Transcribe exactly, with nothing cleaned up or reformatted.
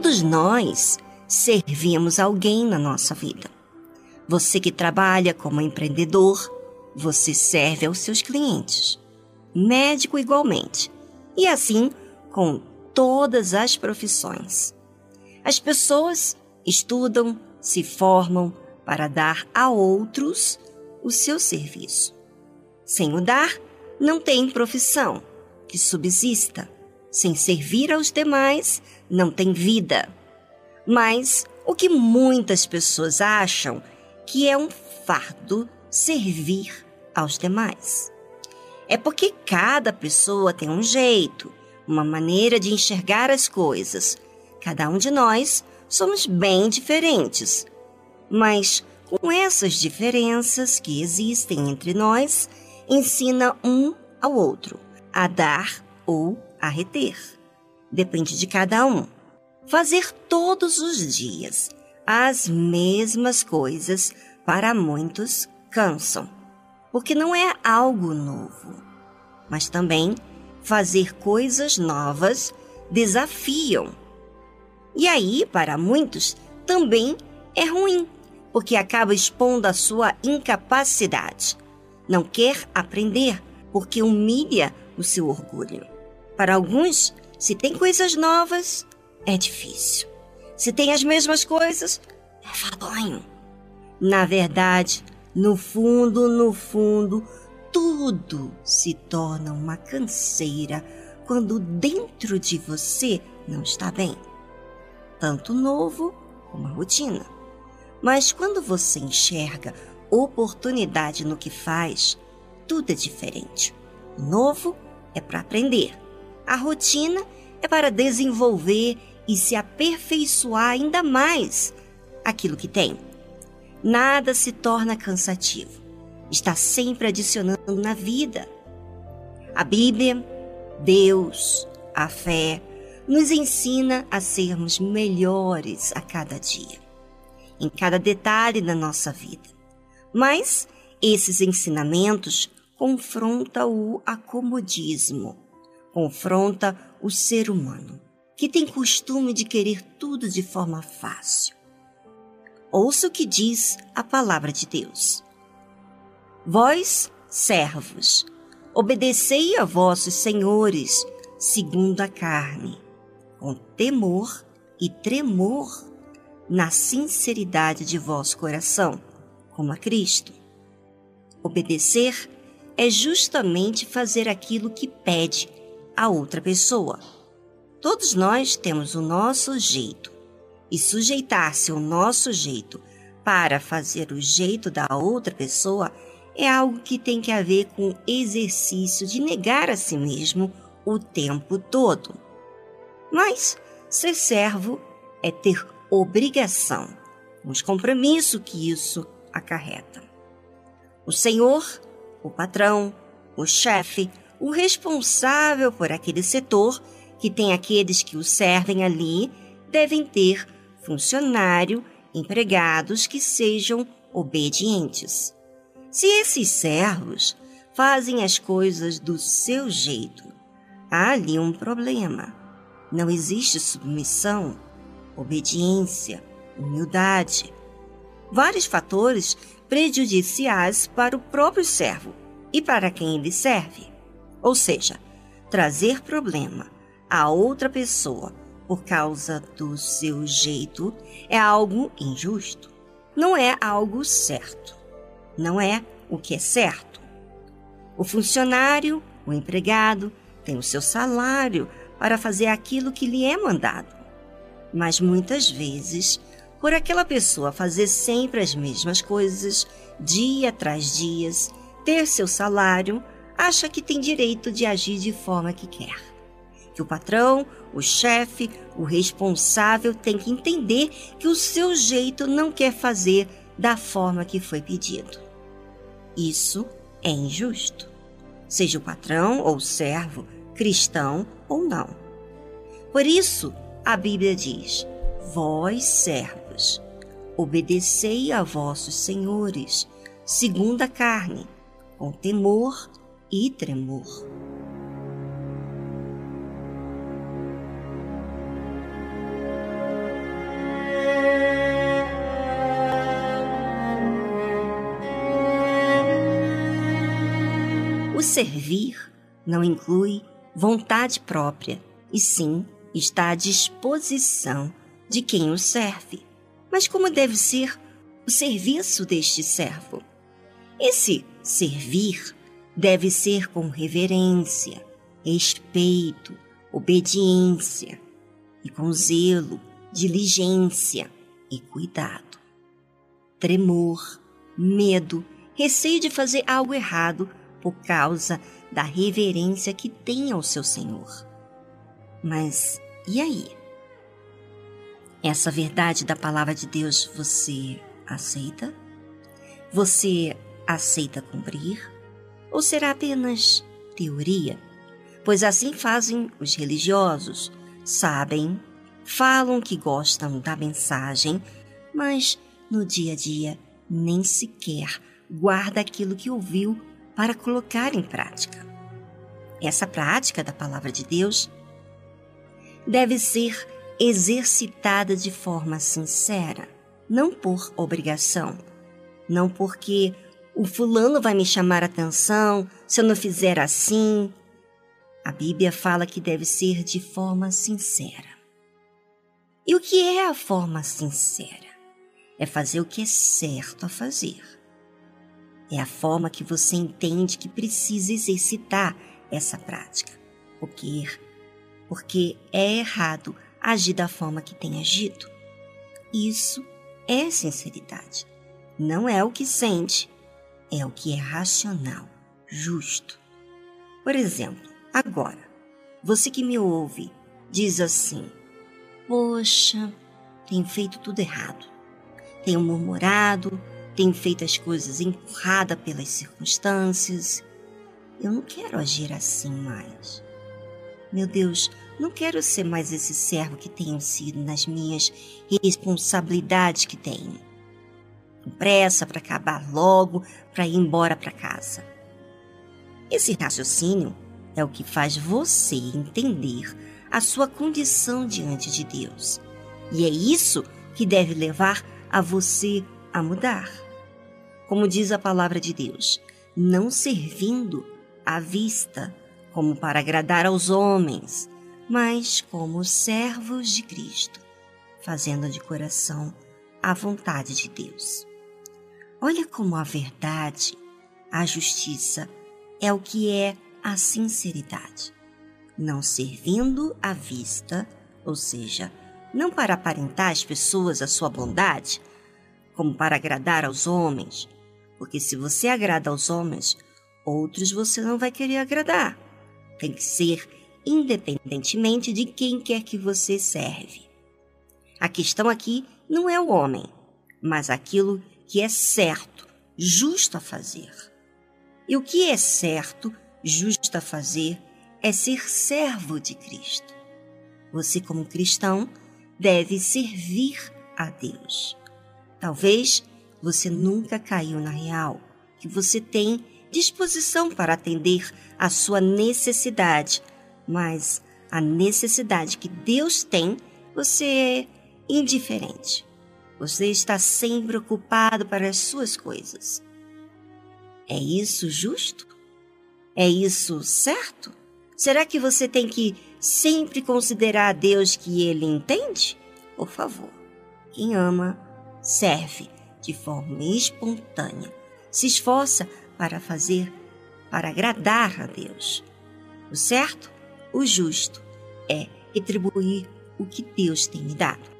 Todos nós servimos alguém na nossa vida. Você que trabalha como empreendedor, você serve aos seus clientes. Médico igualmente. E assim com todas as profissões. As pessoas estudam, se formam para dar a outros o seu serviço. Sem o dar, não tem profissão que subsista. Sem servir aos demais, não tem vida. Mas o que muitas pessoas acham que é um fardo servir aos demais. É porque cada pessoa tem um jeito, uma maneira de enxergar as coisas. Cada um de nós somos bem diferentes. Mas com essas diferenças que existem entre nós, ensina um ao outro a dar ou a reter. Depende de cada um. Fazer todos os dias as mesmas coisas para muitos cansam, porque não é algo novo. Mas também fazer coisas novas desafiam. E aí, para muitos, também é ruim, porque acaba expondo a sua incapacidade. Não quer aprender, porque humilha o seu orgulho. Para alguns, se tem coisas novas, é difícil. Se tem as mesmas coisas, é enfadonho. Na verdade, no fundo, no fundo, tudo se torna uma canseira quando dentro de você não está bem. Tanto novo como a rotina. Mas quando você enxerga oportunidade no que faz, tudo é diferente. O novo é para aprender. A rotina é para desenvolver e se aperfeiçoar ainda mais aquilo que tem. Nada se torna cansativo. Está sempre adicionando na vida. A Bíblia, Deus, a fé, nos ensina a sermos melhores a cada dia, em cada detalhe da nossa vida. Mas esses ensinamentos confrontam o acomodismo, confronta o ser humano, que tem costume de querer tudo de forma fácil. Ouça o que diz a palavra de Deus. Vós, servos, obedecei a vossos senhores, segundo a carne, com temor e tremor, na sinceridade de vosso coração, como a Cristo. Obedecer é justamente fazer aquilo que pede a outra pessoa. Todos nós temos o nosso jeito, e sujeitar-se ao nosso jeito para fazer o jeito da outra pessoa é algo que tem que ver com o exercício de negar a si mesmo o tempo todo. Mas ser servo é ter obrigação, os compromissos que isso acarreta. O senhor, o patrão, o chefe, o responsável por aquele setor, que tem aqueles que o servem ali, devem ter funcionário, empregados que sejam obedientes. Se esses servos fazem as coisas do seu jeito, há ali um problema. Não existe submissão, obediência, humildade. Vários fatores prejudiciais para o próprio servo e para quem ele serve. Ou seja, trazer problema a outra pessoa por causa do seu jeito é algo injusto. Não é algo certo. Não é o que é certo. O funcionário, o empregado, tem o seu salário para fazer aquilo que lhe é mandado. Mas muitas vezes, por aquela pessoa fazer sempre as mesmas coisas, dia atrás dia, ter seu salário, acha que tem direito de agir de forma que quer. Que o patrão, o chefe, o responsável tem que entender que o seu jeito não quer fazer da forma que foi pedido. Isso é injusto, seja o patrão ou o servo, cristão ou não. Por isso, a Bíblia diz: vós, servos, obedecei a vossos senhores, segundo a carne, com temor e tremor. servir não inclui vontade própria, e sim está à disposição de quem o serve. Mas como deve ser o serviço deste servo? Esse servir deve ser com reverência, respeito, obediência e com zelo, diligência e cuidado. Tremor, medo, receio de fazer algo errado por causa da reverência que tem ao seu Senhor. Mas e aí? Essa verdade da palavra de Deus você aceita? Você aceita cumprir? Ou será apenas teoria? Pois assim fazem os religiosos. Sabem, falam que gostam da mensagem, mas no dia a dia nem sequer guarda aquilo que ouviu para colocar em prática. Essa prática da palavra de Deus deve ser exercitada de forma sincera, não por obrigação, não porque o fulano vai me chamar a atenção se eu não fizer assim. A Bíblia fala que deve ser de forma sincera. E o que é a forma sincera? É fazer o que é certo a fazer. É a forma que você entende que precisa exercitar essa prática. Porque, porque é errado agir da forma que tem agido. Isso é sinceridade. Não é o que sente, é o que é racional, justo. Por exemplo, agora, você que me ouve diz assim: poxa, tenho feito tudo errado. Tenho murmurado, tenho feito as coisas empurrada pelas circunstâncias. Eu não quero agir assim mais. Meu Deus, não quero ser mais esse servo que tenho sido nas minhas responsabilidades que tenho. Com pressa para acabar logo, para ir embora para casa. Esse raciocínio é o que faz você entender a sua condição diante de Deus. E é isso que deve levar a você a mudar. Como diz a palavra de Deus, não servindo à vista, como para agradar aos homens, mas como servos de Cristo, fazendo de coração a vontade de Deus. Olha como a verdade, a justiça, é o que é a sinceridade. Não servindo à vista, ou seja, não para aparentar às pessoas a sua bondade, como para agradar aos homens, porque se você agrada aos homens, outros você não vai querer agradar. Tem que ser independentemente de quem quer que você serve. A questão aqui não é o homem, mas aquilo que é certo, justo a fazer. E o que é certo, justo a fazer, é ser servo de Cristo. Você, como cristão, deve servir a Deus. Talvez você nunca caiu na real, que você tem disposição para atender à sua necessidade, mas a necessidade que Deus tem, você é indiferente. Você está sempre ocupado para as suas coisas. É isso justo? É isso certo? Será que você tem que sempre considerar a Deus que Ele entende? Por favor, quem ama, serve de forma espontânea, se esforça para fazer, para agradar a Deus. O certo, o justo, é retribuir o que Deus tem me dado.